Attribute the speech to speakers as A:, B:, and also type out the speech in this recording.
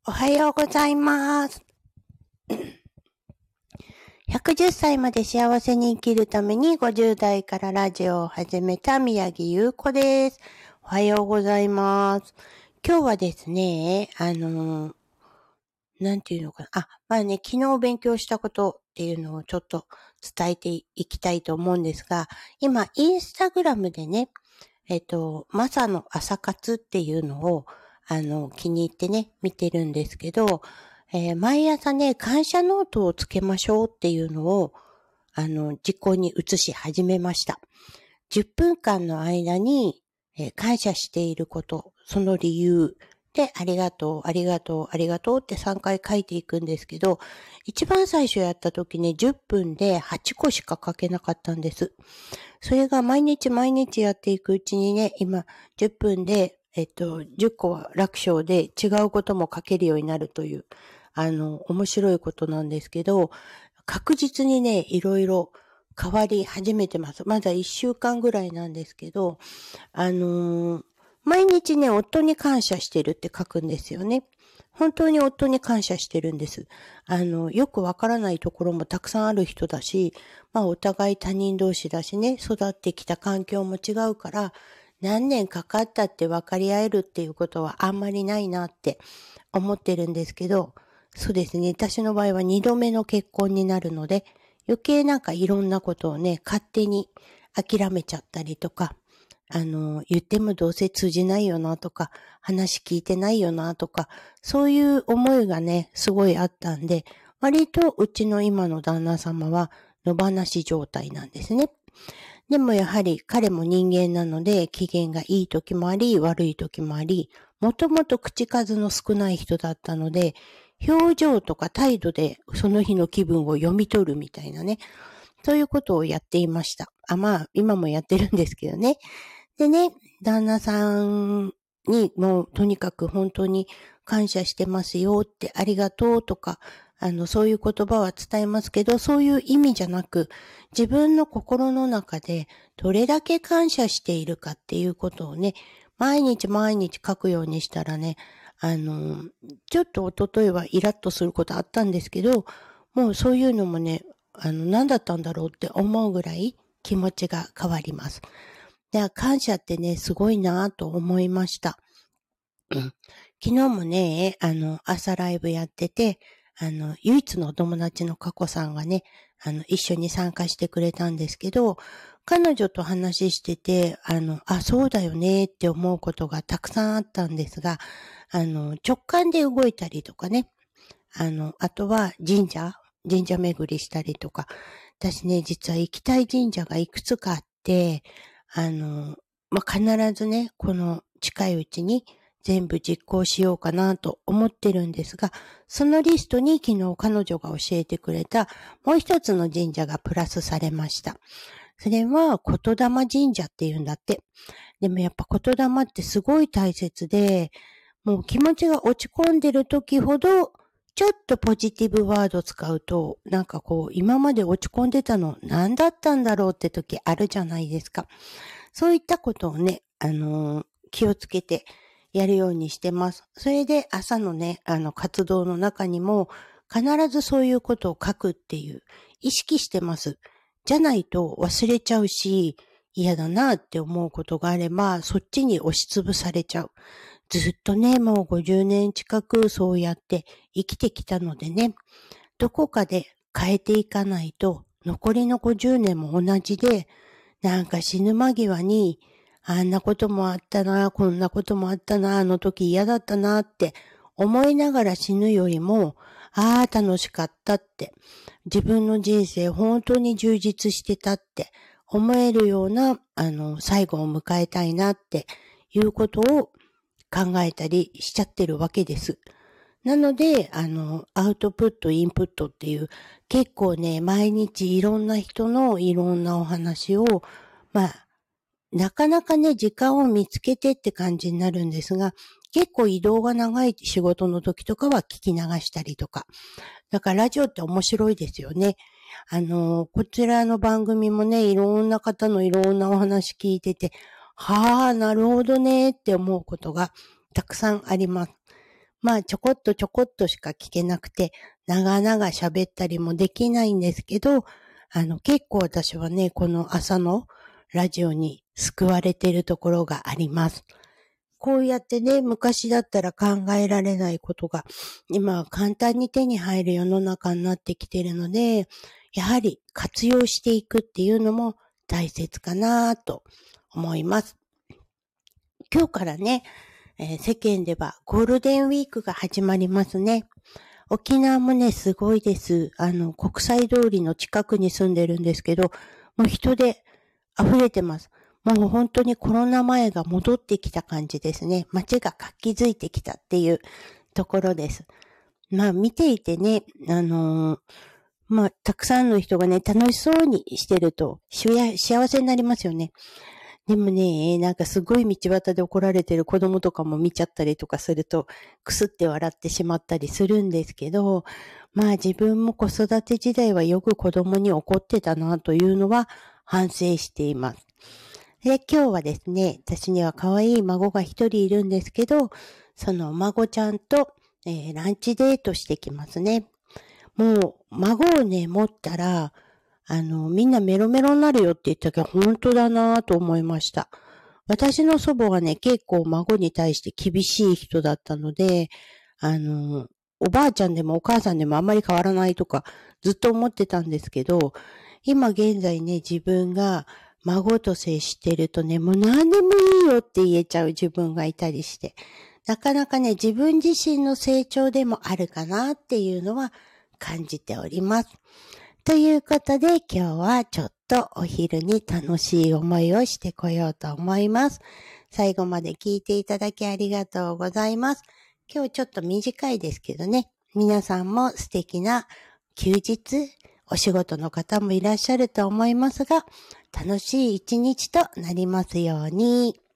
A: おはようございます。110歳まで幸せに生きるために50代からラジオを始めた宮城優子です。おはようございます。今日はですね、なんていうのかな。昨日勉強したことっていうのをちょっと伝えていきたいと思うんですが、今、インスタグラムでね、マサの朝活っていうのを、気に入ってね、見てるんですけど、毎朝ね、感謝ノートをつけましょうっていうのを、実行に移し始めました。10分間の間に、感謝していること、その理由で、ありがとう、ありがとう、ありがとうって3回書いていくんですけど、一番最初やった時ね、10分で8個しか書けなかったんです。それが毎日毎日やっていくうちにね、今10分で、10個は楽勝で違うことも書けるようになるという、面白いことなんですけど、確実にね、いろいろ変わり始めてます。まだ1週間ぐらいなんですけど、毎日ね、夫に感謝してるって書くんですよね。本当に夫に感謝してるんです。よくわからないところもたくさんある人だし、お互い他人同士だしね、育ってきた環境も違うから、何年かかったって分かり合えるっていうことはあんまりないなって思ってるんですけど、そうですね、私の場合は2度目の結婚になるので、余計なんかいろんなことをね、勝手に諦めちゃったりとか、言ってもどうせ通じないよなとか、話聞いてないよなとか、そういう思いがね、すごいあったんで、割とうちの今の旦那様は野放し状態なんですね。でもやはり彼も人間なので、機嫌がいい時もあり、悪い時もあり、もともと口数の少ない人だったので、表情とか態度でその日の気分を読み取るみたいなね、そういうことをやっていました。今もやってるんですけどね。でね、旦那さんにもうとにかく本当に感謝してますよってありがとうとか、そういう言葉は伝えますけど、そういう意味じゃなく、自分の心の中でどれだけ感謝しているかっていうことをね、毎日毎日書くようにしたらね、ちょっと一昨日はイラッとすることあったんですけど、もうそういうのもね、何だったんだろうって思うぐらい気持ちが変わります。で、感謝ってね、すごいなぁと思いました。昨日もね、朝ライブやってて、唯一のお友達のカコさんがね、一緒に参加してくれたんですけど、彼女と話してて、そうだよねって思うことがたくさんあったんですが、直感で動いたりとかね、あとは神社巡りしたりとか、私ね、実は行きたい神社がいくつかあって、必ずね、この近いうちに全部実行しようかなと思ってるんですが、そのリストに昨日彼女が教えてくれたもう一つの神社がプラスされました。それは言霊神社って言うんだって。でもやっぱ言霊ってすごい大切で、もう気持ちが落ち込んでる時ほど、ちょっとポジティブワード使うと、なんかこう、今まで落ち込んでたの何だったんだろうって時あるじゃないですか。そういったことをね、気をつけてやるようにしてます。それで朝のね、活動の中にも必ずそういうことを書くっていう意識してます。じゃないと忘れちゃうし、嫌だなって思うことがあれば、そっちに押しつぶされちゃう。ずっとね、もう50年近くそうやって生きてきたのでね、どこかで変えていかないと、残りの50年も同じで、なんか死ぬ間際に、あんなこともあったな、こんなこともあったな、あの時嫌だったなって思いながら死ぬよりも、楽しかったって、自分の人生本当に充実してたって思えるような、最後を迎えたいなっていうことを考えたりしちゃってるわけです。なので、アウトプット、インプットっていう、結構ね、毎日いろんな人のいろんなお話を、なかなかね、時間を見つけてって感じになるんですが、結構移動が長い仕事の時とかは聞き流したりとか。だからラジオって面白いですよね。こちらの番組もね、いろんな方のいろんなお話聞いてて、なるほどねって思うことがたくさんあります。 まあちょこっとしか聞けなくて、長々喋ったりもできないんですけど、結構私はね、この朝のラジオに救われているところがあります。こうやってね、昔だったら考えられないことが、今は簡単に手に入る世の中になってきているので、やはり活用していくっていうのも大切かなと思います。今日からね、世間ではゴールデンウィークが始まりますね。沖縄もね、すごいです。国際通りの近くに住んでるんですけど、もう人で溢れてます。もう本当にコロナ前が戻ってきた感じですね。街が活気づいてきたっていうところです。まあ見ていてね、まあたくさんの人がね、楽しそうにしてると幸せになりますよね。でもね、なんかすごい道端で怒られてる子供とかも見ちゃったりとかすると、くすって笑ってしまったりするんですけど、まあ自分も子育て時代はよく子供に怒ってたなというのは反省しています。で、今日はですね、私には可愛い孫が一人いるんですけど、その孫ちゃんと、ランチデートしてきますね。もう、孫をね、持ったら、みんなメロメロになるよって言ったけど、本当だなぁと思いました。私の祖母がね、結構孫に対して厳しい人だったので、おばあちゃんでもお母さんでもあんまり変わらないとか、ずっと思ってたんですけど、今現在ね、自分が孫と接してるとね、もう何でもいいよって言えちゃう自分がいたりして、なかなかね、自分自身の成長でもあるかなっていうのは感じております。ということで今日はちょっとお昼に楽しい思いをしてこようと思います。最後まで聞いていただきありがとうございます。今日ちょっと短いですけどね、皆さんも素敵な休日、お仕事の方もいらっしゃると思いますが、楽しい一日となりますように。